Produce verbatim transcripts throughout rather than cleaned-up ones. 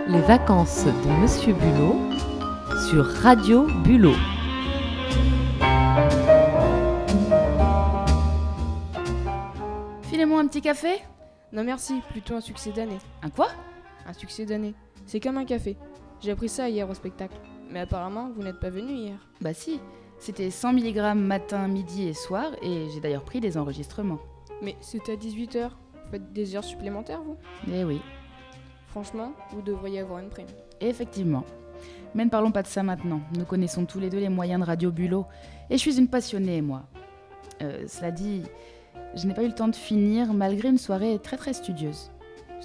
Les vacances de Monsieur Bulot sur Radio Bulot. Filez-moi un petit café ? Non merci, plutôt un succès d'année. Un quoi ? Un succès d'année. C'est comme un café. J'ai appris ça hier au spectacle. Mais apparemment, vous n'êtes pas venu hier. Bah si, c'était cent milligrammes matin, midi et soir, et j'ai d'ailleurs pris des enregistrements. Mais c'était à dix-huit heures. Vous faites des heures supplémentaires, vous ? Eh oui. Franchement, vous devriez avoir une prime. Effectivement. Mais ne parlons pas de ça maintenant. Nous connaissons tous les deux les moyens de Radio Bulot. Et je suis une passionnée, moi. Euh, cela dit, je n'ai pas eu le temps de finir, malgré une soirée très très studieuse. Studieuse ?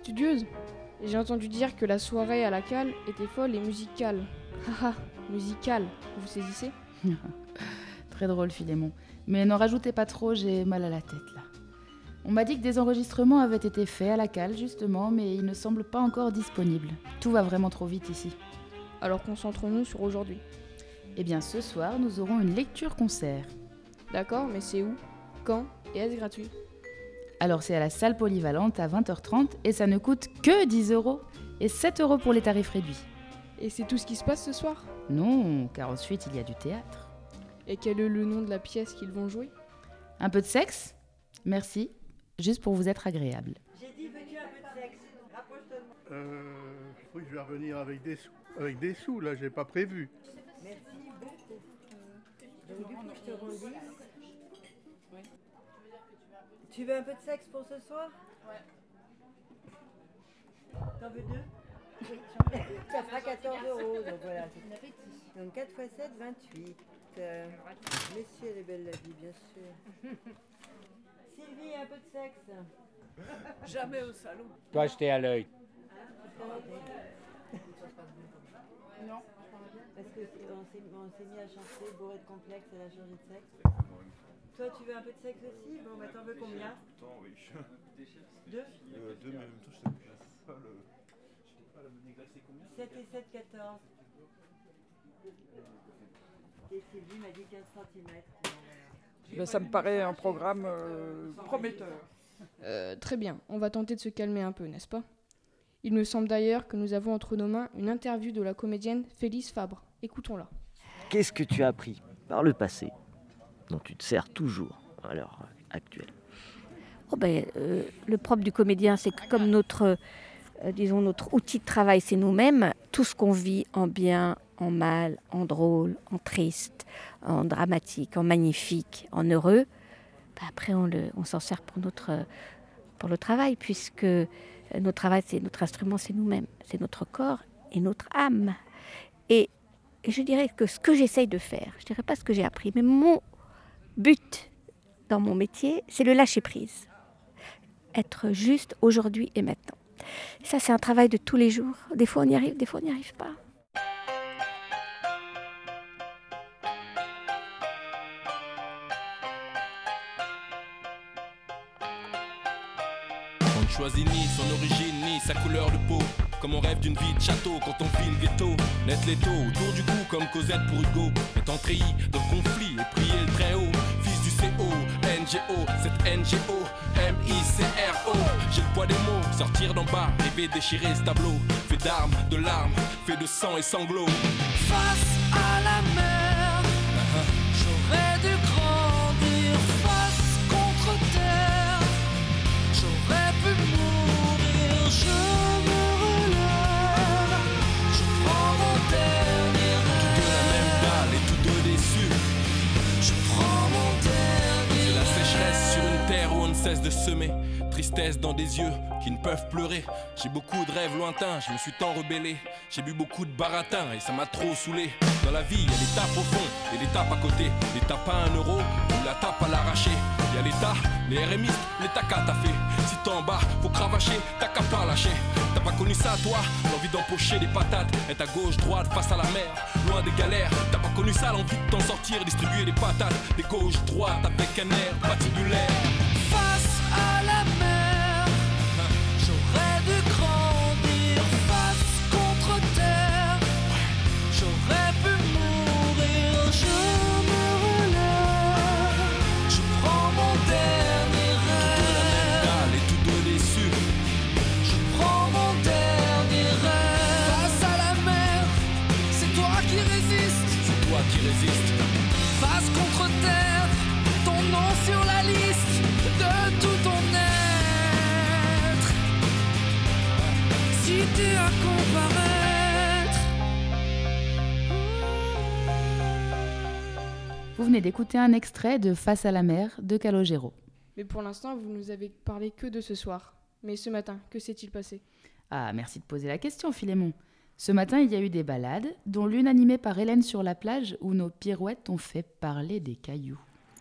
J'ai entendu dire que la soirée à la cale était folle et musicale. Haha, musicale, vous saisissez ? Très drôle, Philémon. Mais n'en rajoutez pas trop, j'ai mal à la tête, là. On m'a dit que des enregistrements avaient été faits à la cale, justement, mais ils ne semblent pas encore disponibles. Tout va vraiment trop vite ici. Alors concentrons-nous sur aujourd'hui. Eh bien, ce soir, nous aurons une lecture-concert. D'accord, mais c'est où ? Quand ? Et est-ce gratuit ? Alors, c'est à la salle polyvalente à vingt heures trente et ça ne coûte que dix euros et sept euros pour les tarifs réduits. Et c'est tout ce qui se passe ce soir ? Non, car ensuite, il y a du théâtre. Et quel est le nom de la pièce qu'ils vont jouer ? Un peu de sexe ? Merci. Juste pour vous être agréable. J'ai dit, veux-tu un peu de sexe ? Rapproche-toi de moi. Euh, oui, je vais revenir avec des sous. Avec des sous, là, j'ai pas prévu. Merci beaucoup. Donc, du coup, je te redis. Tu veux un peu de sexe pour ce soir ? Ouais. T'en veux deux ? Ça fera quatorze euros, donc voilà. Donc quatre fois sept, vingt-huit. Euh, Messieurs, elle est belle la vie, bien sûr. Sylvie, un peu de sexe ? Jamais au salon. Toi, j'étais à l'œil. Non. Parce qu'on s'est, on s'est mis à chanter, bourré de complexe, elle a changé de sexe. Toi, tu veux un peu de sexe aussi ? Bon, bah t'en veux combien ? Oui. Deux ? euh, Deux, mais en même temps, je sais pas le... Je sais pas le négresse, c'est combien ? sept et sept, quatorze. Et Sylvie m'a dit quinze centimètres. Ben, ça me paraît un programme euh, prometteur. Euh, très bien, on va tenter de se calmer un peu, n'est-ce pas ? Il me semble d'ailleurs que nous avons entre nos mains une interview de la comédienne Félix Fabre. Écoutons-la. Qu'est-ce que tu as appris par le passé, dont tu te sers toujours à l'heure actuelle ? Oh ben, euh, le propre du comédien, c'est que comme notre, euh, disons, notre outil de travail, c'est nous-mêmes, tout ce qu'on vit en bien, en mal, en drôle, en triste, en dramatique, en magnifique, en heureux, ben après on, le, on s'en sert pour notre, pour le travail, puisque notre travail, c'est notre instrument, c'est nous-mêmes, c'est notre corps et notre âme. Et, et je dirais que ce que j'essaye de faire, je ne dirais pas ce que j'ai appris, mais mon but dans mon métier, c'est le lâcher-prise. Être juste aujourd'hui et maintenant. Ça, c'est un travail de tous les jours. Des fois, on y arrive, des fois, on n'y arrive pas. On ne choisit ni son origine, ni sa couleur de peau. Comme on rêve d'une vie de château quand on vit le ghetto. Naître l'étau autour du cou comme Cosette pour Hugo. Étant treillis de conflit et prier le très haut. Fils du C O, N G O, cette N G O, M I C R O. J'ai le poids des mots, sortir d'en bas, rêver déchirer ce tableau. Fait d'armes, de larmes, fait de sang et sanglots. Face à la mer, j'aurais dû grandir. Face contre terre, j'aurais pu mourir. Je me relève, je prends mon dernier rêve. Tout de la même dalle et tous deux déçus. Je prends mon dernier C'est la rêve. sécheresse sur une terre où on ne cesse de semer. Tristesse dans des yeux qui ne peuvent pleurer. J'ai beaucoup de rêves lointains, je me suis tant rebellé. J'ai bu beaucoup de baratin et ça m'a trop saoulé. Dans la vie, il y a l'étape au fond et l'étape à côté. L'étape à un euro ou la tape à l'arracher. Il y a l'état, les R M I, l'état qu'à t'as fait. Si t'es en bas, faut cravacher, t'as qu'à pas lâcher. T'as pas connu ça toi, l'envie d'empocher des patates. Être à gauche, droite, face à la mer, loin des galères. T'as pas connu ça, l'envie de t'en sortir, distribuer des patates. Des gauche, droite, avec un air patibulaire. Face à la mer, j'aurais dû grandir. Face contre terre, j'aurais pu mourir. Je me relève, je prends mon dernier rêve. Tout de la même dalle et tous deux déçus. Je prends mon dernier rêve. résiste. Face contre terre, ton nom sur la liste de tout ton être. Si tu as comparaître. Vous venez d'écouter un extrait de Face à la mer de Calogero. Mais pour l'instant, vous nous avez parlé que de ce soir. Mais ce matin, que s'est-il passé? Ah, merci de poser la question, Philémon. Ce matin, il y a eu des balades, dont l'une animée par Hélène sur la plage, où nos pirouettes ont fait parler des cailloux.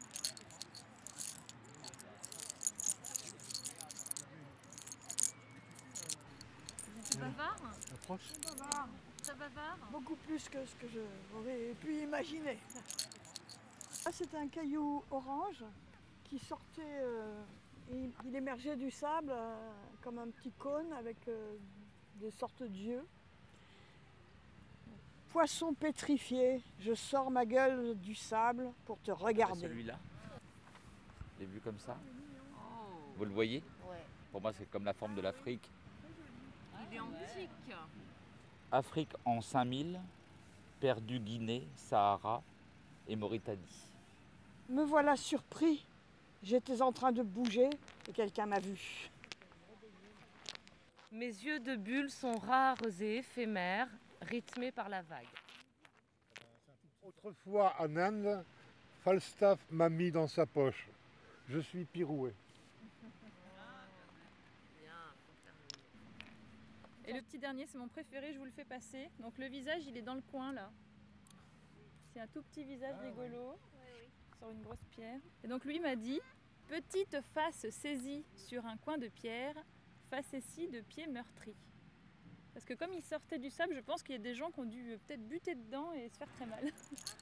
C'est bavard? Approche. bavard. Très bavard. Beaucoup plus que ce que j'aurais pu imaginer. Ah, c'était un caillou orange qui sortait, euh, il, il émergeait du sable euh, comme un petit cône avec euh, des sortes d'yeux. Poisson pétrifié, je sors ma gueule du sable pour te regarder. Celui-là, je l'ai vu comme ça. Vous le voyez? Ouais. Pour moi, c'est comme la forme de l'Afrique. Il est antique. Afrique en cinq mille, perdu Guinée, Sahara et Mauritanie. Me voilà surpris. J'étais en train de bouger et quelqu'un m'a vu. Mes yeux de bulle sont rares et éphémères, rythmés par la vague. Autrefois en Inde, Falstaff m'a mis dans sa poche. Je suis Pirouet. Et le petit dernier, c'est mon préféré, je vous le fais passer. Donc le visage, il est dans le coin là. C'est un tout petit visage rigolo, sur une grosse pierre. Et donc lui m'a dit, petite face saisie sur un coin de pierre, facétie de pieds meurtris. Parce que comme il sortait du sable, je pense qu'il y a des gens qui ont dû peut-être buter dedans et se faire très mal.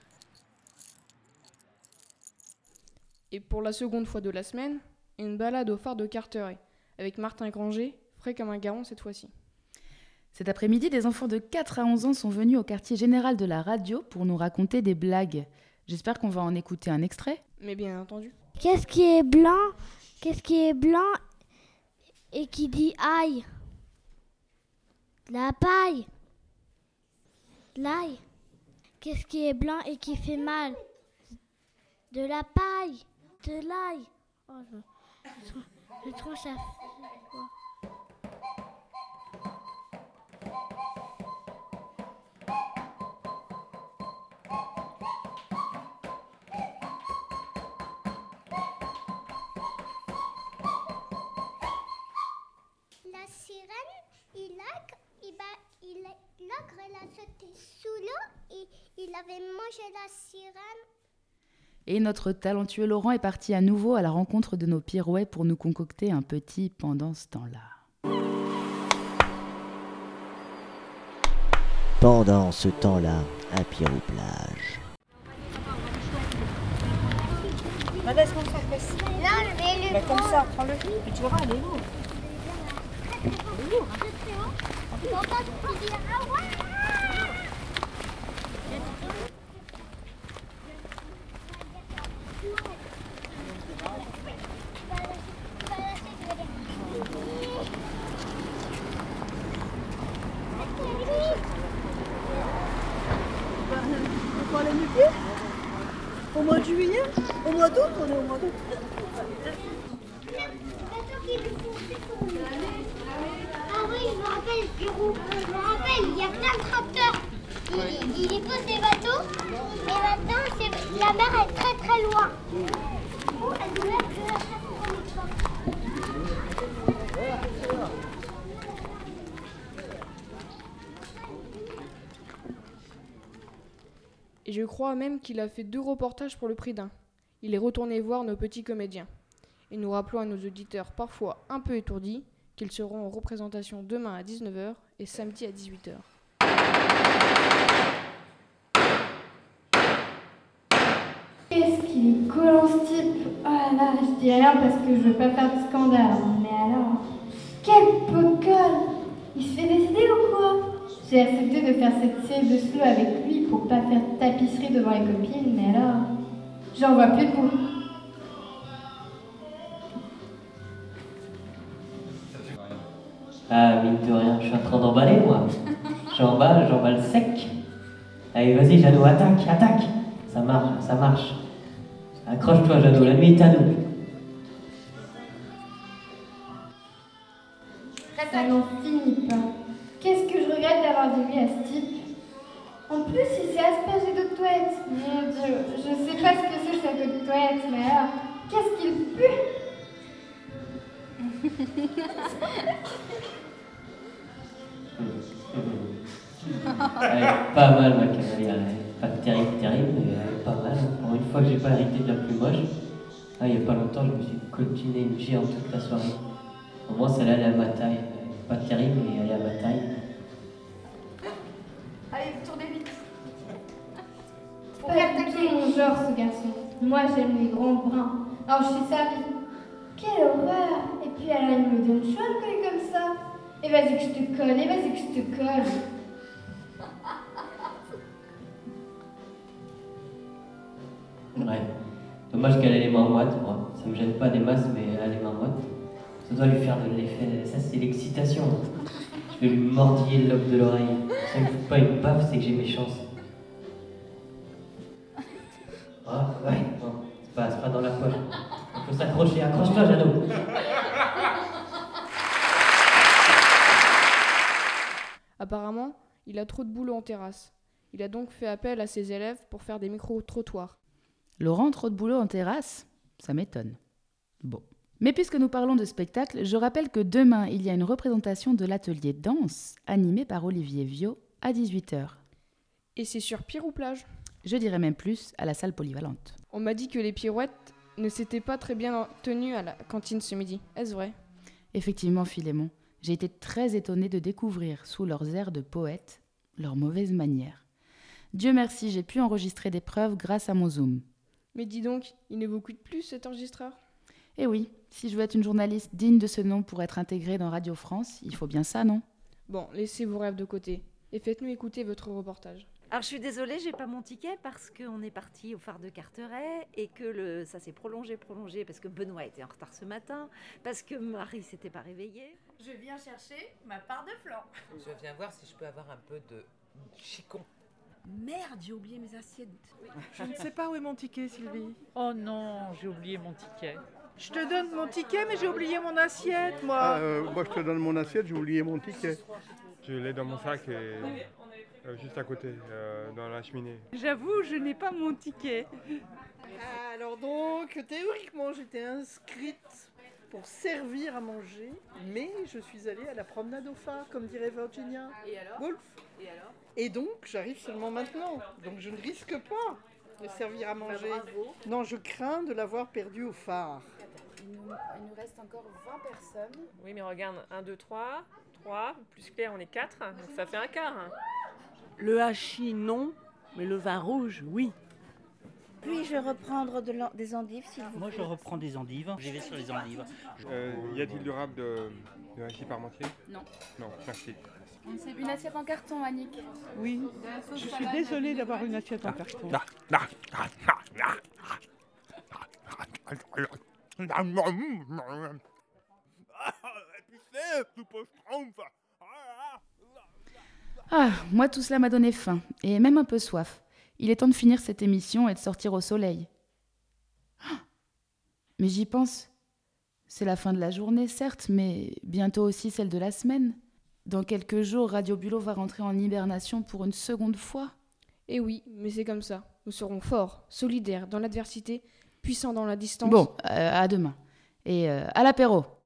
Et pour la seconde fois de la semaine, une balade au phare de Carteret, avec Martin Granger, frais comme un garrot cette fois-ci. Cet après-midi, des enfants de quatre à onze ans sont venus au quartier général de la radio pour nous raconter des blagues. J'espère qu'on va en écouter un extrait. Mais bien entendu. Qu'est-ce qui est blanc? Qu'est-ce qui est blanc et qui dit aïe? La paille. L'ail. Qu'est-ce qui est blanc et qui fait mal? De la paille. De l'ail. Oh, je, je, je trouve ça... La sirène, il a, il a, il a, l'ogre, il a sauté sous l'eau et il avait mangé la sirène. Et notre talentueux Laurent est parti à nouveau à la rencontre de nos pirouets pour nous concocter un petit pendant ce temps-là. Pendant ce temps-là, à Pirou-Plage. Madame, est-ce qu'on s'en fait? Non, je vais le Bah, comme prendre. ça, prends-le. Et tu verras, elle est lourde. On va aller nu pied? Au mois de juillet? Au mois d'août? On est au mois d'août. Ah oui, je me rappelle, Pirou. Je me rappelle, il y a plein de tracteurs. Il, il dépose des bateaux. Et maintenant, c'est, la mer est très très loin. Du coup, elle nous laisse que la chasse qu'on est pas. Et je crois même qu'il a fait deux reportages pour le prix d'un. Il est retourné voir nos petits comédiens. Et nous rappelons à nos auditeurs parfois un peu étourdis qu'ils seront en représentation demain à dix-neuf heures et samedi à dix-huit heures. Qu'est-ce qu'il est collant ce type? Oh là là, je dis rien parce que je veux pas faire de scandale. Mais alors, quel pocole! Il se fait décider ou quoi? J'ai accepté de faire cette série de slow avec lui pour pas faire de tapisserie devant les copines, mais alors, j'en vois plus de bout. Ah, mine de rien, je suis en train d'emballer, moi. J'emballe, j'emballe sec. Allez, vas-y, Jeannot, attaque, attaque. Ça marche, ça marche. Accroche-toi, Jeannot, la nuit est à nous. Ça n'en finit pas. Qu'est-ce que je regrette d'avoir dit oui à ce type. En plus, il s'est aspergé d'eau de toilette. Mon Dieu, je sais pas ce que c'est cette eau de toilette, mais alors, qu'est-ce qu'il pue. Elle est pas mal, ma cavalière. Elle est pas terrible, terrible, mais elle est pas mal. Pour une fois que j'ai pas hérité de la plus moche. Ah, il y a pas longtemps, je me suis coltiné une géante toute la soirée. Au moins, celle-là, elle est à ma taille. Elle est pas terrible, mais elle est à ma taille. Allez, tournez vite. Pas du tout mon genre, ce garçon. Moi, j'aime les grands bruns. Alors, je suis servie. Quelle horreur. Et puis, alors, il me donne chaud de coller comme ça. Et vas-y que je te colle, et vas-y que je te colle. Ouais. Dommage qu'elle ait les mains moites, moi. Ça me gêne pas des masses, mais elle a les mains moites. Ça doit lui faire de l'effet. Ça, c'est l'excitation. Je vais lui mordiller le lobe de l'oreille. Ça me fout pas une baffe, c'est que j'ai mes chances. Oh, ouais, bon, c'est pas, c'est pas dans la poche. Il faut s'accrocher. Accroche-toi, Jeannot. Apparemment, il a trop de boulot en terrasse. Il a donc fait appel à ses élèves pour faire des micro-trottoirs. Laurent, trop de boulot en terrasse? Ça m'étonne. Bon. Mais puisque nous parlons de spectacle, je rappelle que demain, il y a une représentation de l'atelier danse animé par Olivier Viau à dix-huit heures. Et c'est sur Pierre ou Plage? Je dirais même plus, à la salle polyvalente. On m'a dit que les pirouettes ne s'étaient pas très bien tenues à la cantine ce midi. Est-ce vrai? Effectivement, Philémon, j'ai été très étonnée de découvrir, sous leurs airs de poètes, leurs mauvaises manières. Dieu merci, j'ai pu enregistrer des preuves grâce à mon Zoom. Mais dis donc, il ne vous coûte plus cet enregistreur? Eh oui, si je veux être une journaliste digne de ce nom pour être intégrée dans Radio France, il faut bien ça, non? Bon, laissez vos rêves de côté et faites-nous écouter votre reportage. Alors je suis désolée, j'ai pas mon ticket parce qu'on est parti au phare de Carteret et que le, ça s'est prolongé, prolongé parce que Benoît était en retard ce matin, parce que Marie s'était pas réveillée. Je viens chercher ma part de flan. Je viens voir si je peux avoir un peu de chicon. Merde, j'ai oublié mes assiettes. Je ne sais pas où est mon ticket, Sylvie. Oh non, j'ai oublié mon ticket. Je te donne mon ticket, mais j'ai oublié mon assiette, moi. Ah, euh, moi, je te donne mon assiette, j'ai oublié mon ticket. Je l'ai dans mon sac et euh, juste à côté, euh, dans la cheminée. J'avoue, je n'ai pas mon ticket. Alors donc, théoriquement, j'étais inscrite pour servir à manger, mais je suis allée à la promenade au phare, comme dirait Virginia. Et alors? Wolf. Et alors? Et donc, j'arrive seulement maintenant, donc je ne risque pas de servir à manger. Bah, bravo. Non, je crains de l'avoir perdu au phare. Il nous, il nous reste encore vingt personnes. Oui, mais regarde, un, deux, trois, trois, plus Claire, on est quatre, donc ça fait un quart. Hein. Le hachis, non, mais le vin rouge, oui. Puis-je reprendre de l'en- des endives, s'il vous plaît? Moi, je reprends des endives. J'y vais sur les endives. Euh, y a-t-il du rap de, de hachis parmentier? Non. Non, merci. Une assiette en carton, Annick. Oui, je suis désolée d'avoir une assiette en carton. Ah, moi tout cela m'a donné faim, et même un peu soif. Il est temps de finir cette émission et de sortir au soleil. Ah, mais j'y pense. C'est la fin de la journée, certes, mais bientôt aussi celle de la semaine. Dans quelques jours, Radio Bulot va rentrer en hibernation pour une seconde fois. Eh oui, mais c'est comme ça. Nous serons forts, solidaires dans l'adversité, puissants dans la distance. Bon, euh, à demain. Et euh, à l'apéro.